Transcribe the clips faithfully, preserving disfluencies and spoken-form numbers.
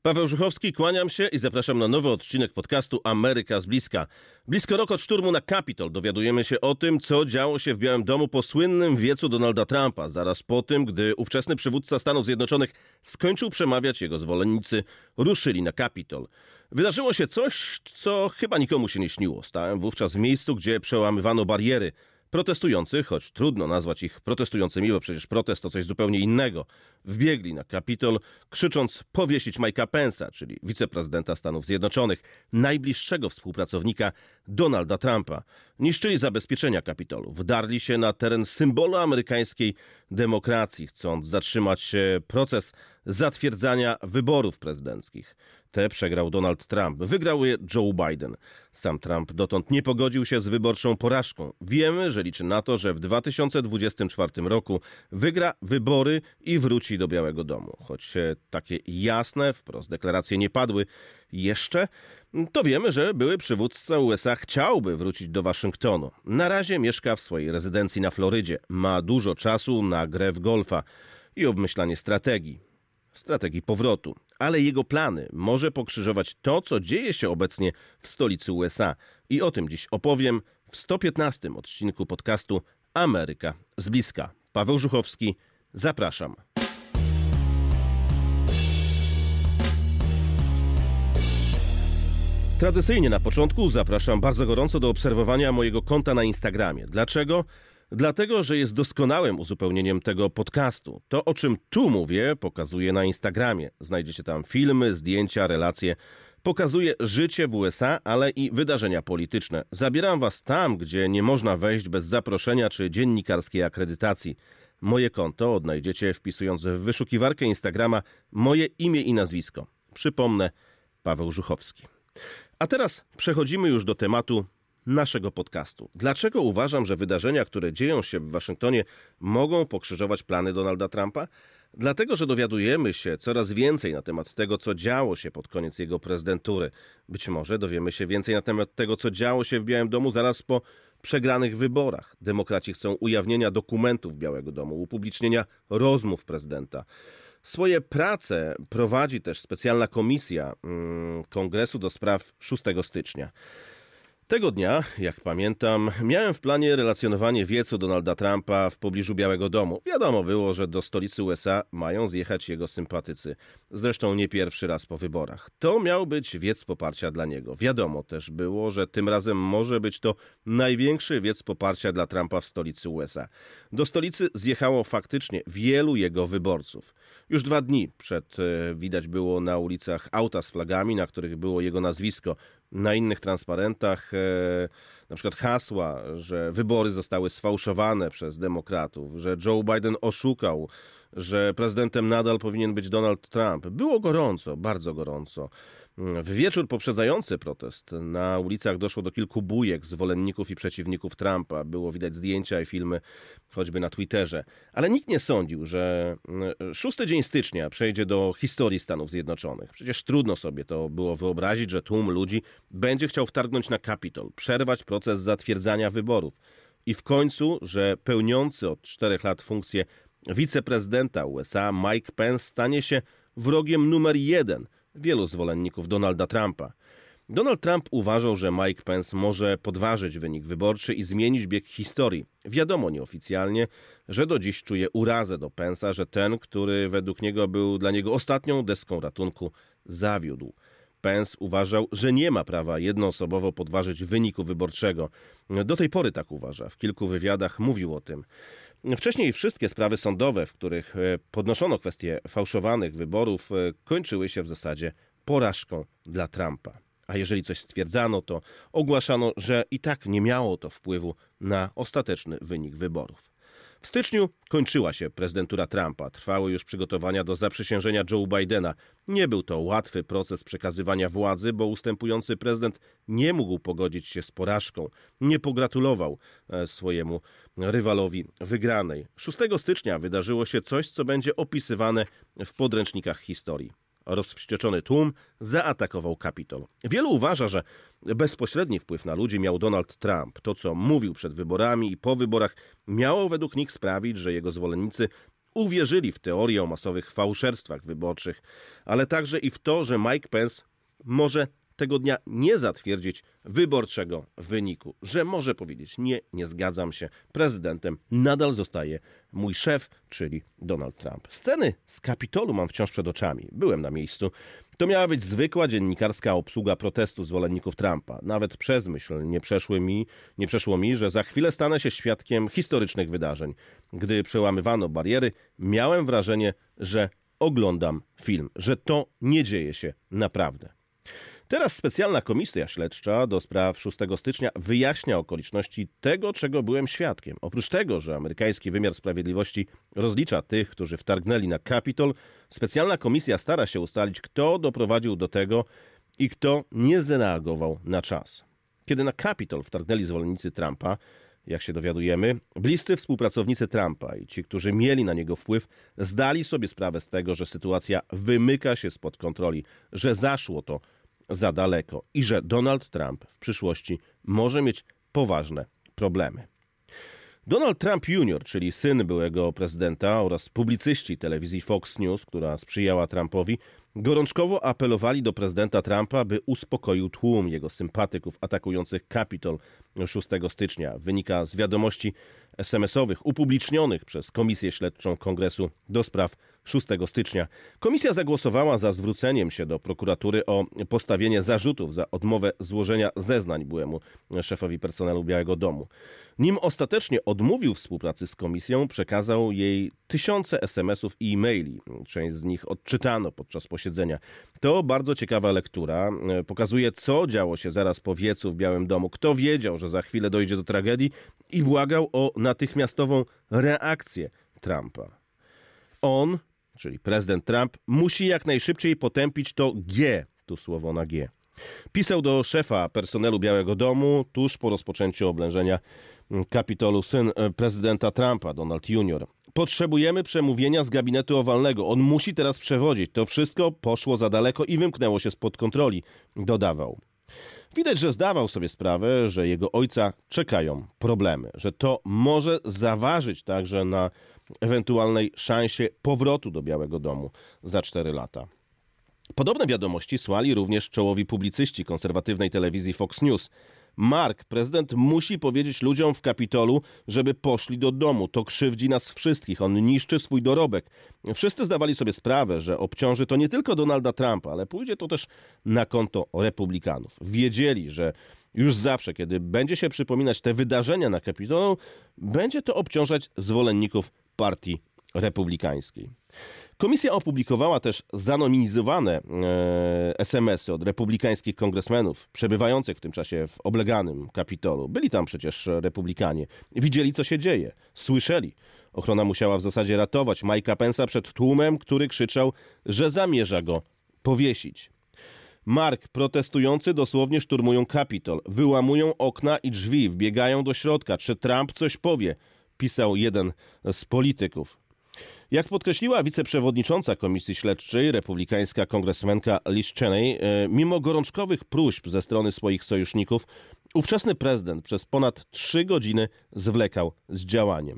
Paweł Żuchowski, kłaniam się i zapraszam na nowy odcinek podcastu Ameryka z bliska. Blisko rok od szturmu na Kapitol dowiadujemy się o tym, co działo się w Białym Domu po słynnym wiecu Donalda Trumpa, zaraz po tym, gdy ówczesny przywódca Stanów Zjednoczonych skończył przemawiać, jego zwolennicy ruszyli na Kapitol. Wydarzyło się coś, co chyba nikomu się nie śniło. Stałem wówczas w miejscu, gdzie przełamywano bariery protestujących, choć trudno nazwać ich protestującymi, bo przecież protest to coś zupełnie innego, wbiegli na Kapitol, krzycząc powiesić Mike'a Pence'a, czyli wiceprezydenta Stanów Zjednoczonych, najbliższego współpracownika Donalda Trumpa. Niszczyli zabezpieczenia Kapitolu, wdarli się na teren symbolu amerykańskiej demokracji, chcąc zatrzymać proces zatwierdzania wyborów prezydenckich. Te przegrał Donald Trump, wygrał je Joe Biden. Sam Trump dotąd nie pogodził się z wyborczą porażką. Wiemy, że liczy na to, że w dwa tysiące dwudziestym czwartym roku wygra wybory i wróci do Białego Domu. Choć takie jasne, wprost deklaracje nie padły jeszcze, to wiemy, że były przywódca U S A chciałby wrócić do Waszyngtonu. Na razie mieszka w swojej rezydencji na Florydzie. Ma dużo czasu na grę w golfa i obmyślanie strategii. Strategii powrotu. Ale jego plany może pokrzyżować to, co dzieje się obecnie w stolicy U S A. I o tym dziś opowiem w sto piętnastym odcinku podcastu Ameryka z bliska. Paweł Żuchowski, zapraszam. Tradycyjnie na początku zapraszam bardzo gorąco do obserwowania mojego konta na Instagramie. Dlaczego? Dlatego, że jest doskonałym uzupełnieniem tego podcastu. To, o czym tu mówię, pokazuję na Instagramie. Znajdziecie tam filmy, zdjęcia, relacje. Pokazuję życie w U S A, ale i wydarzenia polityczne. Zabieram was tam, gdzie nie można wejść bez zaproszenia czy dziennikarskiej akredytacji. Moje konto odnajdziecie wpisując w wyszukiwarkę Instagrama moje imię i nazwisko. Przypomnę, Paweł Żuchowski. A teraz przechodzimy już do tematu naszego podcastu. Dlaczego uważam, że wydarzenia, które dzieją się w Waszyngtonie, mogą pokrzyżować plany Donalda Trumpa? Dlatego, że dowiadujemy się coraz więcej na temat tego, co działo się pod koniec jego prezydentury. Być może dowiemy się więcej na temat tego, co działo się w Białym Domu zaraz po przegranych wyborach. Demokraci chcą ujawnienia dokumentów Białego Domu, upublicznienia rozmów prezydenta. Swoje prace prowadzi też specjalna komisja mm, Kongresu do spraw szóstego stycznia. Tego dnia, jak pamiętam, miałem w planie relacjonowanie wiecu Donalda Trumpa w pobliżu Białego Domu. Wiadomo było, że do stolicy U S A mają zjechać jego sympatycy. Zresztą nie pierwszy raz po wyborach. To miał być wiec poparcia dla niego. Wiadomo też było, że tym razem może być to największy wiec poparcia dla Trumpa w stolicy U S A. Do stolicy zjechało faktycznie wielu jego wyborców. Już dwa dni przed widać było na ulicach auta z flagami, na których było jego nazwisko. Na innych transparentach e, na przykład hasła, że wybory zostały sfałszowane przez demokratów, że Joe Biden oszukał, że prezydentem nadal powinien być Donald Trump. Było gorąco, bardzo gorąco. W wieczór poprzedzający protest na ulicach doszło do kilku bójek zwolenników i przeciwników Trumpa. Było widać zdjęcia i filmy choćby na Twitterze. Ale nikt nie sądził, że szósty dzień stycznia przejdzie do historii Stanów Zjednoczonych. Przecież trudno sobie to było wyobrazić, że tłum ludzi będzie chciał wtargnąć na Kapitol, przerwać proces zatwierdzania wyborów. I w końcu, że pełniący od czterech lat funkcję wiceprezydenta U S A Mike Pence stanie się wrogiem numer jeden wielu zwolenników Donalda Trumpa. Donald Trump uważał, że Mike Pence może podważyć wynik wyborczy i zmienić bieg historii. Wiadomo nieoficjalnie, że do dziś czuje urazę do Pence'a, że ten, który według niego był dla niego ostatnią deską ratunku, zawiódł. Pence uważał, że nie ma prawa jednoosobowo podważyć wyniku wyborczego. Do tej pory tak uważa. W kilku wywiadach mówił o tym. Wcześniej wszystkie sprawy sądowe, w których podnoszono kwestie fałszowanych wyborów, kończyły się w zasadzie porażką dla Trumpa. A jeżeli coś stwierdzano, to ogłaszano, że i tak nie miało to wpływu na ostateczny wynik wyborów. W styczniu kończyła się prezydentura Trumpa. Trwały już przygotowania do zaprzysiężenia Joe Bidena. Nie był to łatwy proces przekazywania władzy, bo ustępujący prezydent nie mógł pogodzić się z porażką. Nie pogratulował swojemu rywalowi wygranej. szóstego stycznia wydarzyło się coś, co będzie opisywane w podręcznikach historii. Rozwścieczony tłum zaatakował Kapitol. Wielu uważa, że bezpośredni wpływ na ludzi miał Donald Trump. To, co mówił przed wyborami i po wyborach, miało według nich sprawić, że jego zwolennicy uwierzyli w teorię o masowych fałszerstwach wyborczych, ale także i w to, że Mike Pence może tego dnia nie zatwierdzić wyborczego wyniku, że może powiedzieć: nie, nie zgadzam się, prezydentem nadal zostaje mój szef, czyli Donald Trump. Sceny z Kapitolu mam wciąż przed oczami. Byłem na miejscu. To miała być zwykła dziennikarska obsługa protestu zwolenników Trumpa. Nawet przez myśl nie, przeszły mi, nie przeszło mi, że za chwilę stanę się świadkiem historycznych wydarzeń. Gdy przełamywano bariery, miałem wrażenie, że oglądam film, że to nie dzieje się naprawdę. Teraz specjalna komisja śledcza do spraw szóstego stycznia wyjaśnia okoliczności tego, czego byłem świadkiem. Oprócz tego, że amerykański wymiar sprawiedliwości rozlicza tych, którzy wtargnęli na Kapitol, specjalna komisja stara się ustalić, kto doprowadził do tego i kto nie zareagował na czas. Kiedy na Kapitol wtargnęli zwolennicy Trumpa, jak się dowiadujemy, bliscy współpracownicy Trumpa i ci, którzy mieli na niego wpływ, zdali sobie sprawę z tego, że sytuacja wymyka się spod kontroli, że zaszło to za daleko i że Donald Trump w przyszłości może mieć poważne problemy. Donald Trump junior, czyli syn byłego prezydenta oraz publicyści telewizji Fox News, która sprzyjała Trumpowi, gorączkowo apelowali do prezydenta Trumpa, by uspokoił tłum jego sympatyków atakujących Kapitol szóstego stycznia. Wynika z wiadomości es em esowych upublicznionych przez Komisję Śledczą Kongresu do spraw szóstego stycznia. Komisja zagłosowała za zwróceniem się do prokuratury o postawienie zarzutów za odmowę złożenia zeznań byłemu szefowi personelu Białego Domu. Nim ostatecznie odmówił współpracy z komisją, przekazał jej tysiące es em esów i e-maili. Część z nich odczytano podczas posiedzenia. To bardzo ciekawa lektura. Pokazuje, co działo się zaraz po wiecu w Białym Domu. Kto wiedział, że za chwilę dojdzie do tragedii i błagał o natychmiastową reakcję Trumpa. On, czyli prezydent Trump, musi jak najszybciej potępić to G, tu słowo na G. Pisał do szefa personelu Białego Domu tuż po rozpoczęciu oblężenia Kapitolu syn prezydenta Trumpa, Donald junior Potrzebujemy przemówienia z gabinetu owalnego. On musi teraz przewodzić. To wszystko poszło za daleko i wymknęło się spod kontroli, dodawał. Widać, że zdawał sobie sprawę, że jego ojca czekają problemy, że to może zaważyć także na ewentualnej szansie powrotu do Białego Domu za cztery lata. Podobne wiadomości słali również czołowi publicyści konserwatywnej telewizji Fox News. Mark, prezydent musi powiedzieć ludziom w Kapitolu, żeby poszli do domu. To krzywdzi nas wszystkich. On niszczy swój dorobek. Wszyscy zdawali sobie sprawę, że obciąży to nie tylko Donalda Trumpa, ale pójdzie to też na konto republikanów. Wiedzieli, że już zawsze, kiedy będzie się przypominać te wydarzenia na Kapitolu, będzie to obciążać zwolenników partii republikańskiej. Komisja opublikowała też zanonimizowane e, es em esy od republikańskich kongresmenów przebywających w tym czasie w obleganym Kapitolu. Byli tam przecież republikanie. Widzieli, co się dzieje. Słyszeli. Ochrona musiała w zasadzie ratować Mike'a Pence'a przed tłumem, który krzyczał, że zamierza go powiesić. Mark, protestujący dosłownie szturmują Kapitol. Wyłamują okna i drzwi, wbiegają do środka. Czy Trump coś powie? Pisał jeden z polityków. Jak podkreśliła wiceprzewodnicząca Komisji Śledczej, republikańska kongresmenka Liz Cheney, mimo gorączkowych próśb ze strony swoich sojuszników, ówczesny prezydent przez ponad trzy godziny zwlekał z działaniem.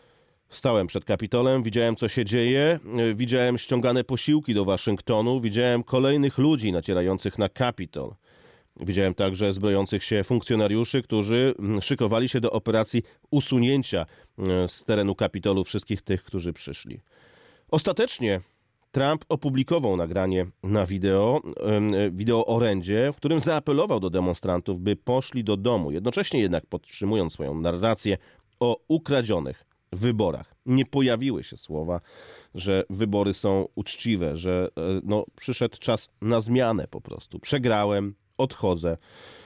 Stałem przed Kapitolem, widziałem, co się dzieje, widziałem ściągane posiłki do Waszyngtonu, widziałem kolejnych ludzi nacierających na Kapitol. Widziałem także zbrojących się funkcjonariuszy, którzy szykowali się do operacji usunięcia z terenu Kapitolu wszystkich tych, którzy przyszli. Ostatecznie Trump opublikował nagranie na wideo, wideo orędzie, w którym zaapelował do demonstrantów, by poszli do domu, jednocześnie jednak podtrzymując swoją narrację o ukradzionych wyborach. Nie pojawiły się słowa, że wybory są uczciwe, że no, przyszedł czas na zmianę po prostu. Przegrałem, odchodzę,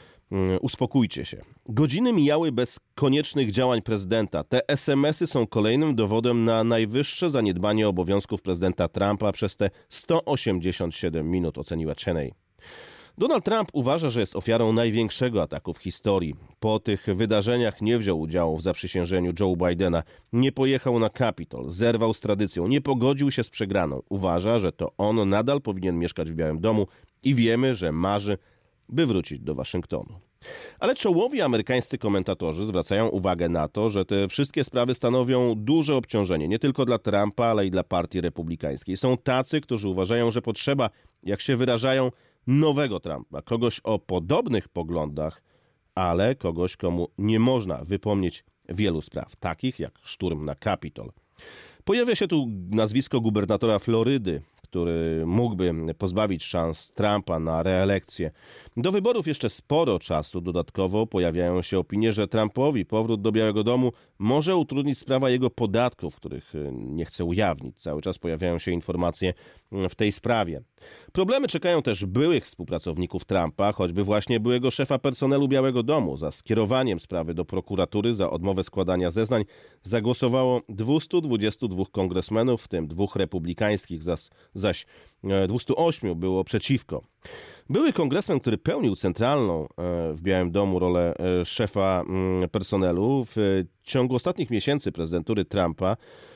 uspokójcie się. Godziny mijały bez koniecznych działań prezydenta. Te es em esy są kolejnym dowodem na najwyższe zaniedbanie obowiązków prezydenta Trumpa przez te sto osiemdziesiąt siedem minut, oceniła Cheney. Donald Trump uważa, że jest ofiarą największego ataku w historii. Po tych wydarzeniach nie wziął udziału w zaprzysiężeniu Joe Bidena, nie pojechał na Kapitol, zerwał z tradycją, nie pogodził się z przegraną. Uważa, że to on nadal powinien mieszkać w Białym Domu i wiemy, że marzy, by wrócić do Waszyngtonu. Ale czołowi amerykańscy komentatorzy zwracają uwagę na to, że te wszystkie sprawy stanowią duże obciążenie nie tylko dla Trumpa, ale i dla partii republikańskiej. Są tacy, którzy uważają, że potrzeba, jak się wyrażają, nowego Trumpa, kogoś o podobnych poglądach, ale kogoś, komu nie można wypomnieć wielu spraw, takich jak szturm na Kapitol. Pojawia się tu nazwisko gubernatora Florydy, który mógłby pozbawić szans Trumpa na reelekcję. Do wyborów jeszcze sporo czasu. Dodatkowo pojawiają się opinie, że Trumpowi powrót do Białego Domu może utrudnić sprawa jego podatków, których nie chce ujawnić. Cały czas pojawiają się informacje w tej sprawie. Problemy czekają też byłych współpracowników Trumpa, choćby właśnie byłego szefa personelu Białego Domu. Za skierowaniem sprawy do prokuratury za odmowę składania zeznań zagłosowało dwieście dwadzieścia dwa kongresmenów, w tym dwóch republikańskich, zaś zaś dwieście osiem było przeciwko. Były kongresmen, który pełnił centralną w Białym Domu rolę szefa personelu, w ciągu ostatnich miesięcy prezydentury Trumpa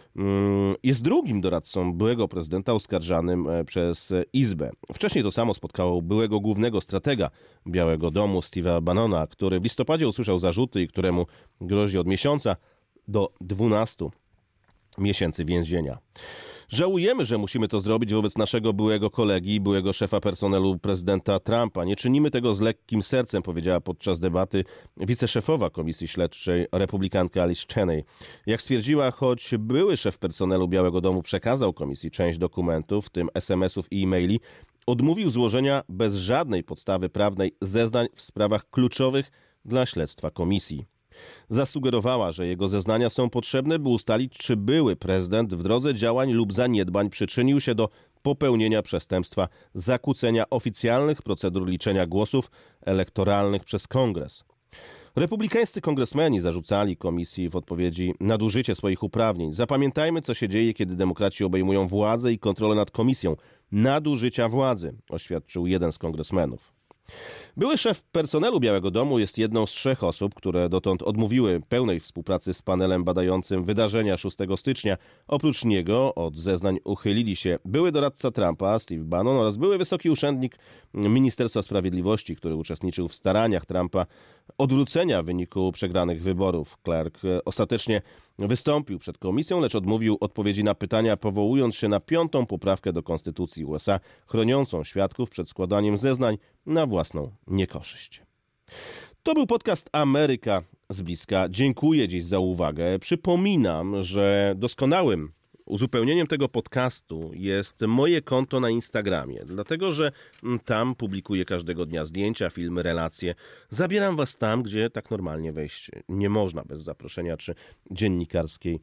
jest drugim doradcą byłego prezydenta oskarżanym przez Izbę. Wcześniej to samo spotkało byłego głównego stratega Białego Domu, Steve'a Bannona, który w listopadzie usłyszał zarzuty i któremu grozi od miesiąca do dwunastu miesięcy więzienia. Żałujemy, że musimy to zrobić wobec naszego byłego kolegi, byłego szefa personelu prezydenta Trumpa. Nie czynimy tego z lekkim sercem, powiedziała podczas debaty wiceszefowa Komisji Śledczej republikanka Alice Cheney. Jak stwierdziła, choć były szef personelu Białego Domu przekazał komisji część dokumentów, w tym es em esów i e-maili, odmówił złożenia bez żadnej podstawy prawnej zeznań w sprawach kluczowych dla śledztwa komisji. Zasugerowała, że jego zeznania są potrzebne, by ustalić, czy były prezydent w drodze działań lub zaniedbań przyczynił się do popełnienia przestępstwa zakłócenia oficjalnych procedur liczenia głosów elektoralnych przez Kongres. Republikańscy kongresmeni zarzucali komisji w odpowiedzi nadużycie swoich uprawnień. Zapamiętajmy, co się dzieje, kiedy demokraci obejmują władzę i kontrolę nad komisją. Nadużycia władzy, oświadczył jeden z kongresmenów. Były szef personelu Białego Domu jest jedną z trzech osób, które dotąd odmówiły pełnej współpracy z panelem badającym wydarzenia szóstego stycznia. Oprócz niego od zeznań uchylili się były doradca Trumpa, Steve Bannon, oraz były wysoki urzędnik Ministerstwa Sprawiedliwości, który uczestniczył w staraniach Trumpa odwrócenia wyniku przegranych wyborów. Clark ostatecznie wystąpił przed komisją, lecz odmówił odpowiedzi na pytania, powołując się na piątą poprawkę do Konstytucji U S A, chroniącą świadków przed składaniem zeznań na własną niekorzyść. To był podcast Ameryka z bliska. Dziękuję dziś za uwagę. Przypominam, że doskonałym uzupełnieniem tego podcastu jest moje konto na Instagramie, dlatego że tam publikuję każdego dnia zdjęcia, filmy, relacje. Zabieram was tam, gdzie tak normalnie wejść nie można bez zaproszenia czy dziennikarskiej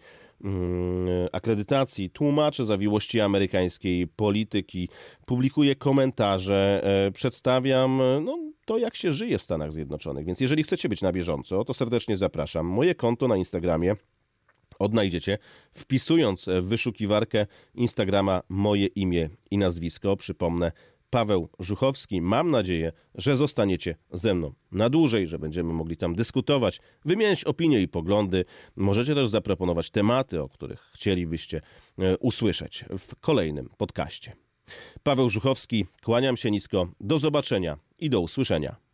mm, akredytacji. Tłumaczę zawiłości amerykańskiej polityki, publikuję komentarze, e, przedstawiam no, to, jak się żyje w Stanach Zjednoczonych. Więc jeżeli chcecie być na bieżąco, to serdecznie zapraszam. Moje konto na Instagramie odnajdziecie, wpisując w wyszukiwarkę Instagrama moje imię i nazwisko. Przypomnę, Paweł Żuchowski. Mam nadzieję, że zostaniecie ze mną na dłużej, że będziemy mogli tam dyskutować, wymieniać opinie i poglądy. Możecie też zaproponować tematy, o których chcielibyście usłyszeć w kolejnym podcaście. Paweł Żuchowski, kłaniam się nisko, do zobaczenia i do usłyszenia.